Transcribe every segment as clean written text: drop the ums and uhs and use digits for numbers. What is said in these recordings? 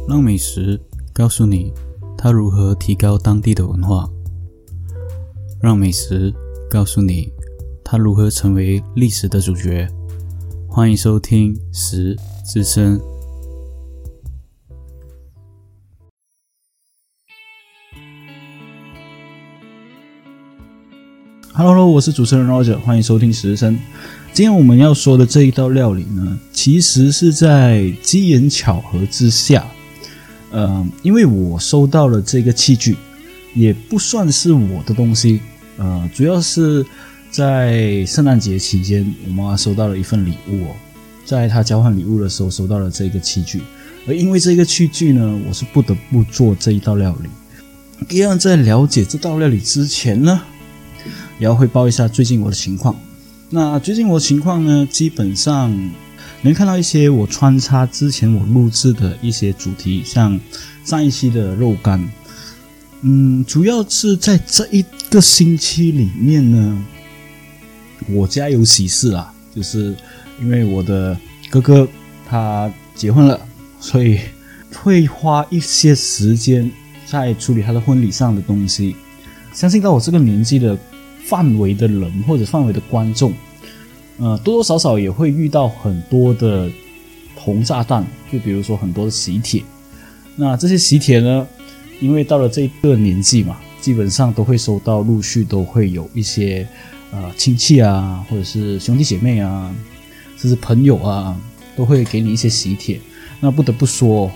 让美食告诉你它如何提高当地的文化，让美食告诉你它如何成为历史的主角。欢迎收听食之声。Hello， 我是主持人 Roger， 欢迎收听食之声。今天我们要说的这一道料理呢，其实是在机缘巧合之下，因为我收到了这个器具，也不算是我的东西，主要是在圣诞节期间，我妈收到了一份礼物在她交换礼物的时候收到了这个器具，而因为这个器具呢，我是不得不做这一道料理。一样在了解这道料理之前呢，也要汇报一下最近我的情况。那最近我的情况呢，基本上能看到一些我穿插之前我录制的一些主题，像上一期的肉干，主要是在这一个星期里面呢，我家有喜事啦，就是因为我的哥哥他结婚了，所以会花一些时间在处理他的婚礼上的东西。相信到我这个年纪的范围的人或者范围的观众，多多少少也会遇到很多的红炸弹，就比如说很多的喜帖。那这些喜帖呢，因为到了这个年纪嘛，基本上都会收到，陆续都会有一些亲戚啊，或者是兄弟姐妹啊，甚至朋友啊，都会给你一些喜帖。那不得不说，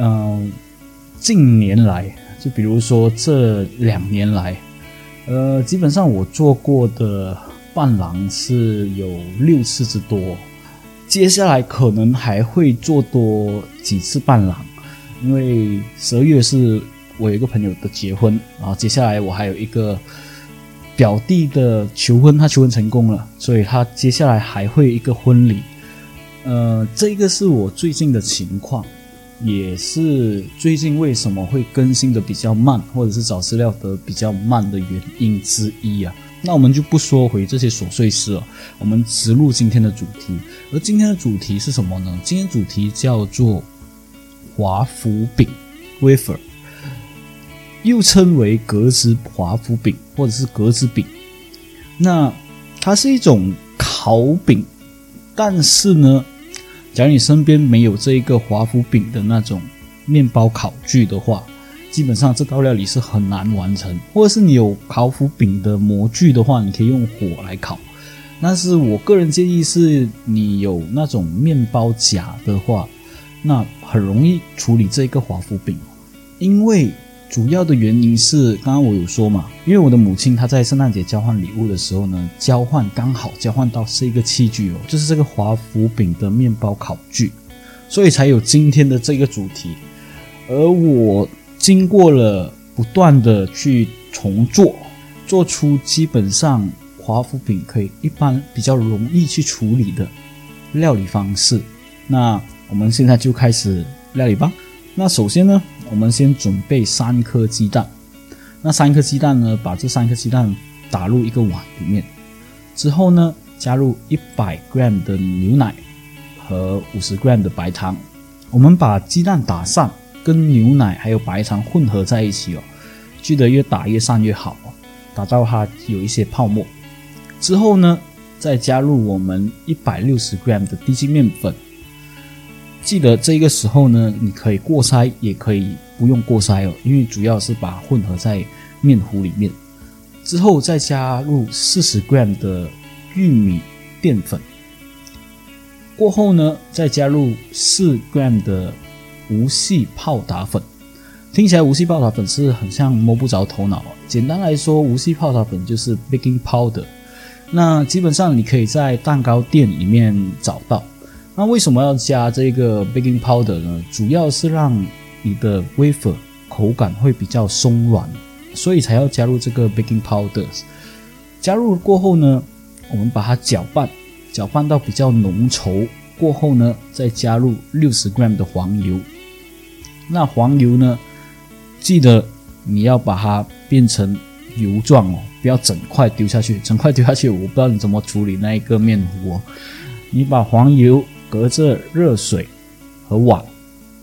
近年来，就比如说这2年来，基本上我做过的伴郎是有6次之多，接下来可能还会做多几次伴郎，因为12月是我有一个朋友的结婚，然后接下来我还有一个表弟的求婚，他求婚成功了，所以他接下来还会一个婚礼。这个是我最近的情况，也是最近为什么会更新的比较慢，或者是找资料的比较慢的原因之一啊。那我们就不说回这些琐碎事了，我们直入今天的主题。而今天的主题是什么呢？今天的主题叫做华夫饼 wafer， 又称为格子华夫饼或者是格子饼。那它是一种烤饼，但是呢，假如你身边没有这一个华夫饼的那种面包烤具的话，基本上这道料理是很难完成。或者是你有华夫饼的模具的话，你可以用火来烤。但是我个人建议是，你有那种面包夹的话，那很容易处理这个华夫饼。因为主要的原因是，刚刚我有说嘛，因为我的母亲她在圣诞节交换礼物的时候呢，刚好交换到这个器具就是这个华夫饼的面包烤具，所以才有今天的这个主题。而我经过了不断的去重做出基本上华夫饼可以一般比较容易去处理的料理方式。那我们现在就开始料理吧。那首先呢，我们先准备3颗鸡蛋。那3颗鸡蛋呢，把这3颗鸡蛋打入一个碗里面，之后呢，加入100g 的牛奶和50g 的白糖。我们把鸡蛋打散，跟牛奶还有白糖混合在一起记得越打越散越好打到它有一些泡沫。之后呢，再加入我们160g 的低筋面粉。记得这个时候呢，你可以过筛也可以不用过筛因为主要是把它混合在面糊里面。之后再加入40g 的玉米淀粉。过后呢，再加入4g 的无锡泡打粉。听起来无锡泡打粉是很像摸不着头脑简单来说，无锡泡打粉就是 baking powder。那基本上你可以在蛋糕店里面找到。那为什么要加这个 baking powder 呢？主要是让你的 wafer 口感会比较松软，所以才要加入这个 baking powder。加入过后呢，我们把它搅拌到比较浓稠。过后呢，再加入60g 的黄油。那黄油呢，记得你要把它变成油状不要整块丢下去。整块丢下去，我不知道你怎么处理那一个面糊你把黄油隔着热水和碗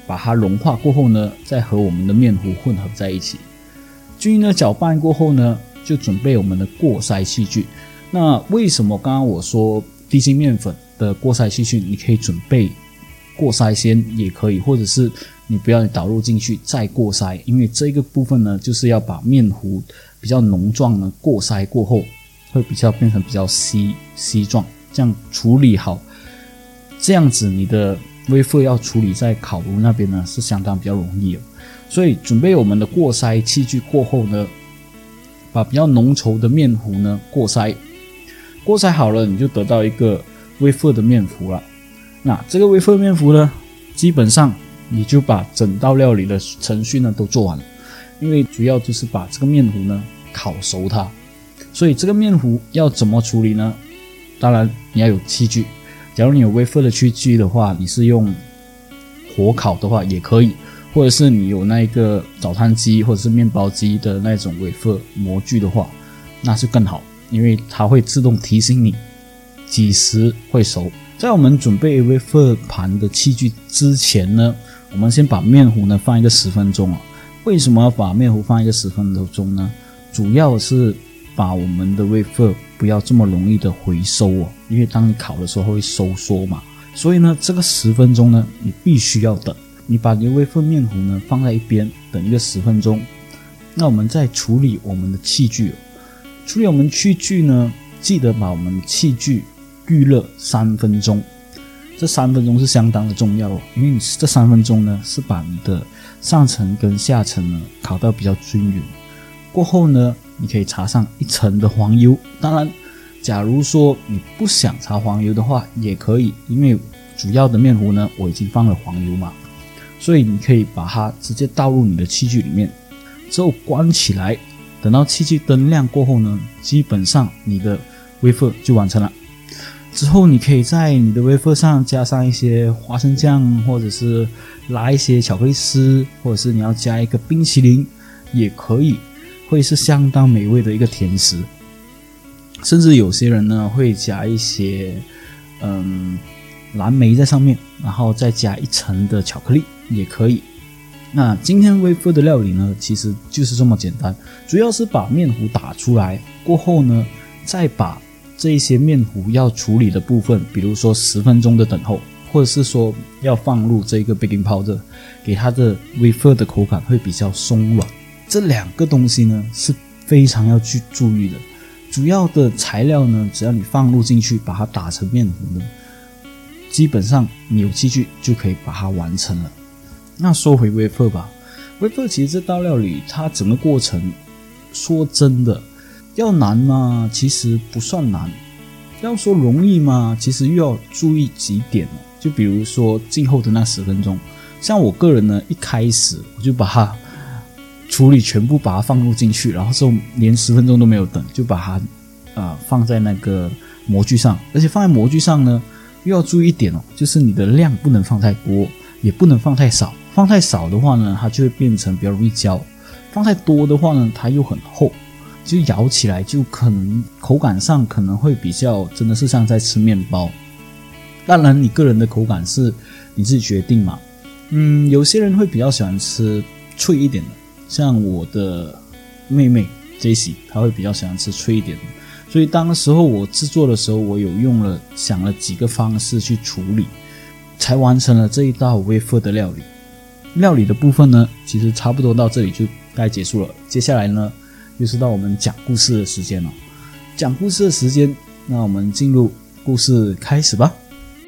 把它融化过后呢，再和我们的面糊混合在一起，均匀的搅拌过后呢，就准备我们的过筛器具。那为什么刚刚我说低筋面粉的过筛器具，你可以准备过筛先也可以，或者是你不要导入进去再过筛，因为这个部分呢，就是要把面糊比较浓状呢过筛过后，会变成比较稀状，这样处理好，这样子你的微波要处理在烤炉那边呢是相当比较容易的。所以准备我们的过筛器具过后呢，把比较浓稠的面糊呢过筛好了，你就得到一个微波的面糊了。那这个微波面糊呢，基本上你就把整道料理的程序呢都做完了，因为主要就是把这个面糊呢烤熟它。所以这个面糊要怎么处理呢？当然你要有器具，假如你有微波的器具的话，你是用火烤的话也可以，或者是你有那个早餐机或者是面包机的那种微波模具的话，那是更好，因为它会自动提醒你几时会熟。在我们准备微波盘的器具之前呢，我们先把面糊呢放一个10分钟啊。为什么要把面糊放一个10分钟呢？主要是把我们的微波不要这么容易的回收哦，因为当你烤的时候会收缩嘛。所以呢，这个10分钟呢，你必须要等。你把你的微波面糊呢放在一边，等一个10分钟。那我们再处理我们的器具。处理我们器具呢，记得把我们的器具预热3分钟。这3分钟是相当的重要哦，因为你这3分钟呢，是把你的上层跟下层呢烤到比较均匀。过后呢，你可以擦上1层的黄油。当然，假如说你不想擦黄油的话，也可以，因为主要的面糊呢，我已经放了黄油嘛，所以你可以把它直接倒入你的器具里面，之后关起来。等到器具灯亮过后呢，基本上你的微波就完成了。之后你可以在你的微波上加上一些花生酱，或者是拉一些巧克力丝，或者是你要加一个冰淇淋也可以，会是相当美味的一个甜食。甚至有些人呢会加一些蓝莓在上面，然后再加1层的巧克力也可以。那今天微波的料理呢，其实就是这么简单，主要是把面糊打出来过后呢，再把这一些面糊要处理的部分，比如说10分钟的等候，或者是说要放入这个 baking powder， 给它的微波的口感会比较松软。这2个东西呢是非常要去注意的。主要的材料呢，只要你放入进去，把它打成面糊呢，基本上你有器具就可以把它完成了。那说回微波吧，微波其实这道料理它整个过程，说真的要难吗？其实不算难。要说容易吗？其实又要注意几点哦。就比如说静候的那10分钟，像我个人呢，一开始我就把它处理全部把它放入进去，然后之后连10分钟都没有等，就把它放在那个模具上。而且放在模具上呢，又要注意一点哦，就是你的量不能放太多，也不能放太少。放太少的话呢，它就会变成比较容易焦；放太多的话呢，它又很厚，就咬起来就可能口感上可能会比较真的是像在吃面包。当然你个人的口感是你自己决定嘛。有些人会比较喜欢吃脆一点的，像我的妹妹 Jessie， 她会比较喜欢吃脆一点的。所以当时候我制作的时候，我有想了几个方式去处理，才完成了这一道微波的料理。料理的部分呢，其实差不多到这里就该结束了。接下来呢，又是到我们讲故事的时间了。讲故事的时间，那我们进入故事开始吧。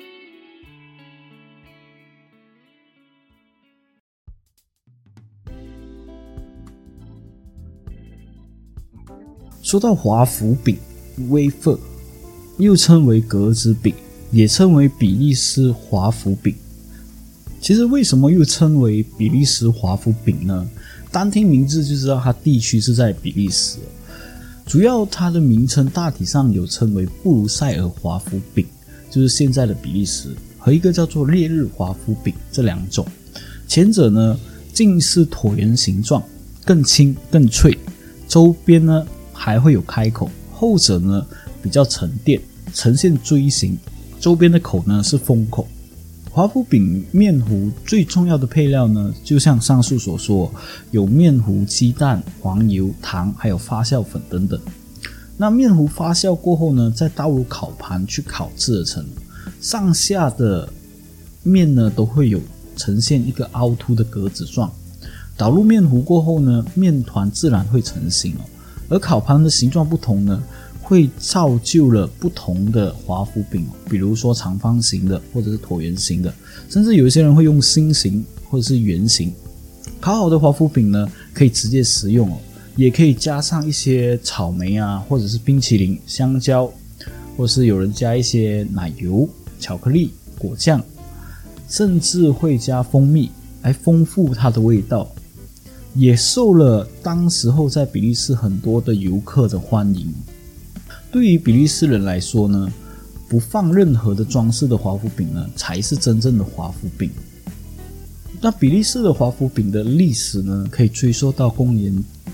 说到华夫饼 wafer， 又称为格子饼，也称为比利时华夫饼。其实为什么又称为比利时华夫饼呢？单听名字就知道它地区是在比利时。主要它的名称大体上有称为布鲁塞尔华夫饼，就是现在的比利时，和一个叫做烈日华夫饼，这2种。前者呢近似椭圆形状，更轻更脆，周边呢还会有开口；后者呢比较沉淀，呈现锥形，周边的口呢是封口。 华夫饼面糊最重要的配料呢，就像上述所说，有面糊、鸡蛋、黄油、糖，还有发酵粉等等。那面糊发酵过后呢，再倒入烤盘去烤制而成，上下的面呢都会有呈现一个凹凸的格子状。倒入面糊过后呢，面团自然会成型哦。而烤盘的形状不同呢，会造就了不同的华夫饼，比如说长方形的或者是椭圆形的，甚至有一些人会用心形或者是圆形。烤好的华夫饼呢，可以直接食用哦，也可以加上一些草莓啊，或者是冰淇淋、香蕉，或是有人加一些奶油、巧克力、果酱，甚至会加蜂蜜来丰富它的味道，也受了当时候在比利时很多的游客的欢迎。对于比利时人来说呢，不放任何的装饰的华夫饼呢，才是真正的华夫饼。那比利时的华夫饼的历史呢，可以追溯到公元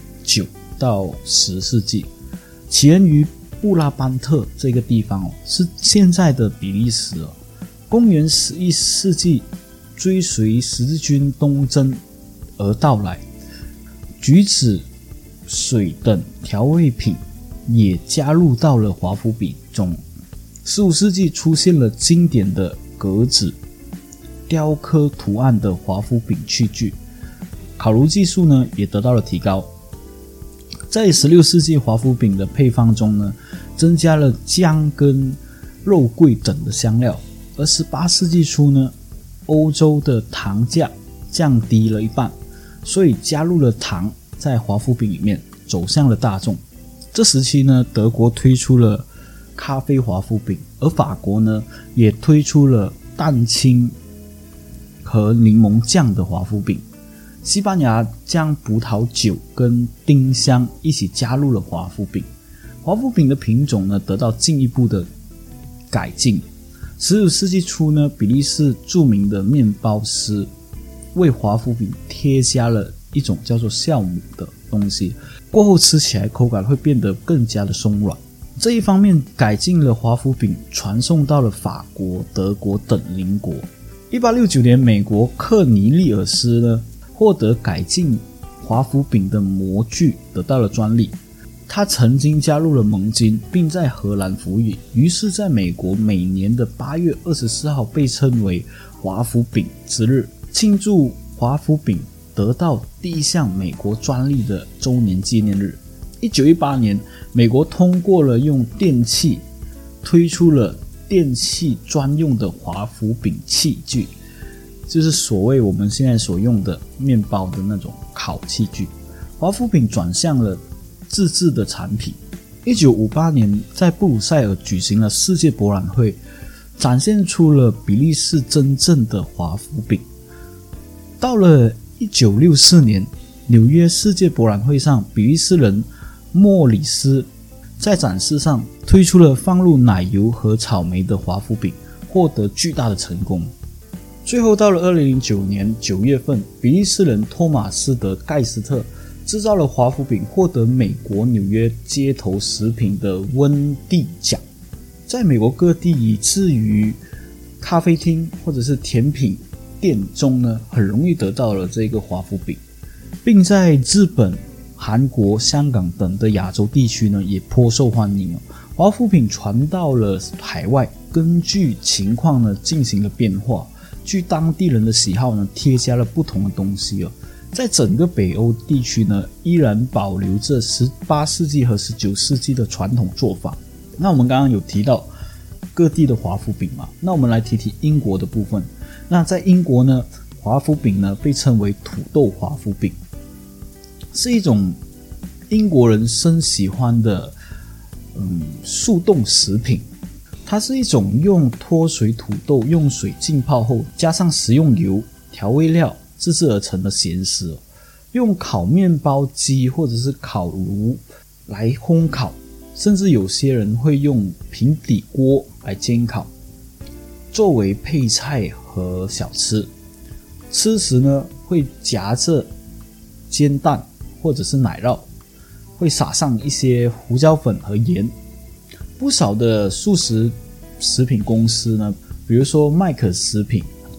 9到10世纪，起源于布拉班特这个地方哦，是现在的比利时哦。公元11世纪，追随十字军东征而到来，橘子、水等调味品也加入到了华夫饼中。15世纪出现了经典的格子雕刻图案的华夫饼器具，烤炉技术呢也得到了提高。在16世纪华夫饼的配方中呢，增加了姜跟肉桂等的香料，而18世纪初呢，欧洲的糖价降低了一半，所以加入了糖在华夫饼里面，走向了大众。这时期呢，德国推出了咖啡华夫饼，而法国呢也推出了蛋清和柠檬酱的华夫饼。西班牙将葡萄酒跟丁香一起加入了华夫饼。华夫饼的品种呢得到进一步的改进。19世纪初呢，比利时著名的面包师为华夫饼添加了一种叫做酵母的东西，过后吃起来口感会变得更加的松软。这一方面改进了华夫饼，传送到了法国、德国等邻国。1869年，美国克尼利尔斯呢获得改进华夫饼的模具，得到了专利。他曾经加入了盟军，并在荷兰服役，于是在美国每年的8月24号被称为华夫饼之日，庆祝华夫饼得到第一项美国专利的周年纪念日。1918年，美国通过了用电器推出了电器专用的华夫饼器具，就是所谓我们现在所用的面包的那种烤器具。华夫饼转向了自制的产品。1958年，在布鲁塞尔举行了世界博览会，展现出了比利时真正的华夫饼。到了1964年，纽约世界博览会上，比利时人莫里斯在展示上推出了放入奶油和草莓的华夫饼，获得巨大的成功。最后到了2009年9月份，比利时人托马斯·德·盖斯特制造了华夫饼，获得美国纽约街头食品的温蒂奖。在美国各地以至于咖啡厅或者是甜品店中呢，很容易得到了这个华夫饼，并在日本、韩国、香港等的亚洲地区呢也颇受欢迎。华夫饼传到了海外，根据情况呢进行了变化，据当地人的喜好呢添加了不同的东西哦。在整个北欧地区呢，依然保留着18世纪和19世纪的传统做法。那我们刚刚有提到各地的华夫饼嘛，那我们来提提英国的部分。那在英国呢，华夫饼呢被称为土豆华夫饼，是一种英国人深喜欢的速冻食品。它是一种用脱水土豆用水浸泡后，加上食用油、调味料自制而成的咸食，用烤面包机或者是烤炉来烘烤，甚至有些人会用平底锅来煎烤，作为配菜和小吃。吃时呢，会夹着煎蛋或者是奶酪，会撒上一些胡椒粉和盐。不少的素食食品公司呢，比如说麦可食品，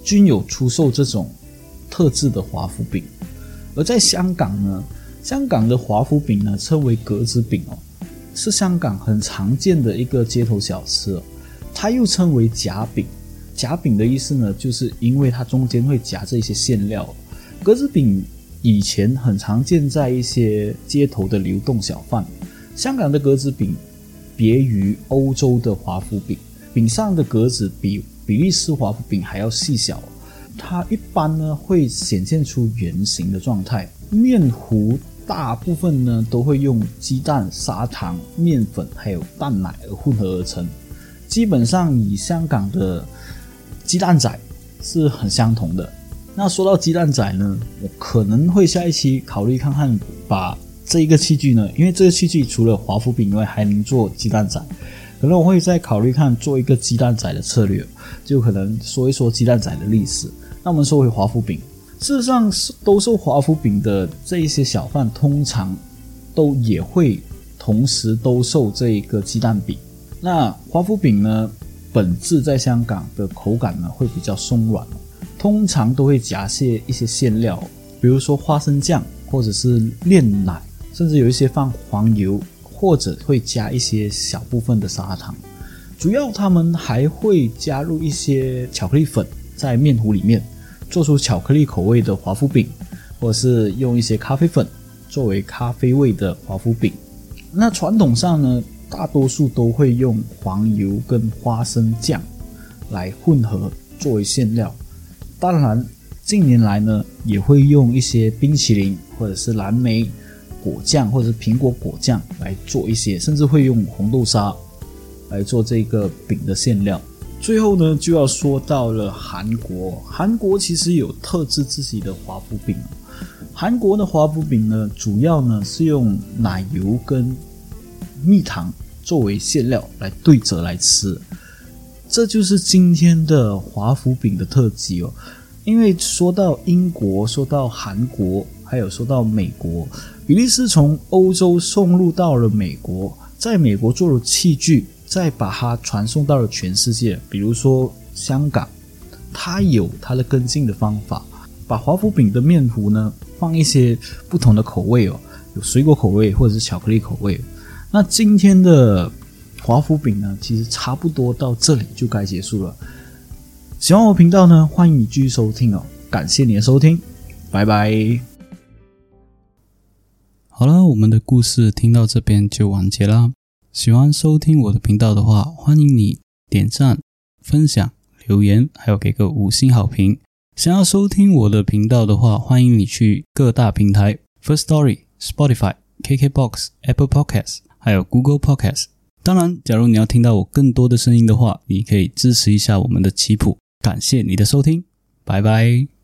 均有出售这种特制的华夫饼。而在香港呢，香港的华夫饼呢称为格子饼是香港很常见的一个街头小吃它又称为夹饼。夹饼的意思呢，就是因为它中间会夹着一些馅料。格子饼以前很常见在一些街头的流动小贩。香港的格子饼别于欧洲的华夫饼，饼上的格子比比利时华夫饼还要细小。它一般呢会显现出圆形的状态，面糊大部分呢都会用鸡蛋、砂糖、面粉还有蛋奶而混合而成。基本上以香港的鸡蛋仔是很相同的。那说到鸡蛋仔呢，我可能会下一期考虑看看把这一个器具呢，因为这个器具除了华夫饼以外还能做鸡蛋仔，可能我会再考虑看做一个鸡蛋仔的策略，就可能说一说鸡蛋仔的历史。那我们说回华夫饼，事实上兜售华夫饼的这一些小贩通常都也会同时兜售这一个鸡蛋饼。那华夫饼呢本质在香港的口感呢会比较松软，通常都会夹些一些馅料，比如说花生酱或者是炼奶，甚至有一些放黄油，或者会加一些小部分的砂糖。主要他们还会加入一些巧克力粉在面糊里面，做出巧克力口味的华夫饼，或者是用一些咖啡粉作为咖啡味的华夫饼。那传统上呢，大多数都会用黄油跟花生酱来混合作为馅料。当然近年来呢也会用一些冰淇淋或者是蓝莓果酱或者是苹果果酱来做一些，甚至会用红豆沙来做这个饼的馅料。最后呢就要说到了韩国。韩国其实有特制自己的华夫饼。韩国的华夫饼呢主要呢是用奶油跟蜜糖作为馅料来对折来吃。这就是今天的华夫饼的特辑因为说到英国，说到韩国，还有说到美国，比利时从欧洲送入到了美国，在美国做了器具，再把它传送到了全世界。比如说香港，它有它的跟进的方法，把华夫饼的面糊呢放一些不同的口味有水果口味或者是巧克力口味。那今天的华夫饼呢其实差不多到这里就该结束了。喜欢我频道呢，欢迎你继续收听感谢你的收听，拜拜。 好了，我们的故事听到这边就完结啦。喜欢收听我的频道的话，欢迎你点赞、分享、留言，还有给个5星好评。想要收听我的频道的话，欢迎你去各大平台 Firstory、Spotify、KKBOX、Apple Podcasts 还有 Google Podcasts。当然假如你要听到我更多的声音的话，你可以支持一下我们的棋谱。感谢你的收听，拜拜。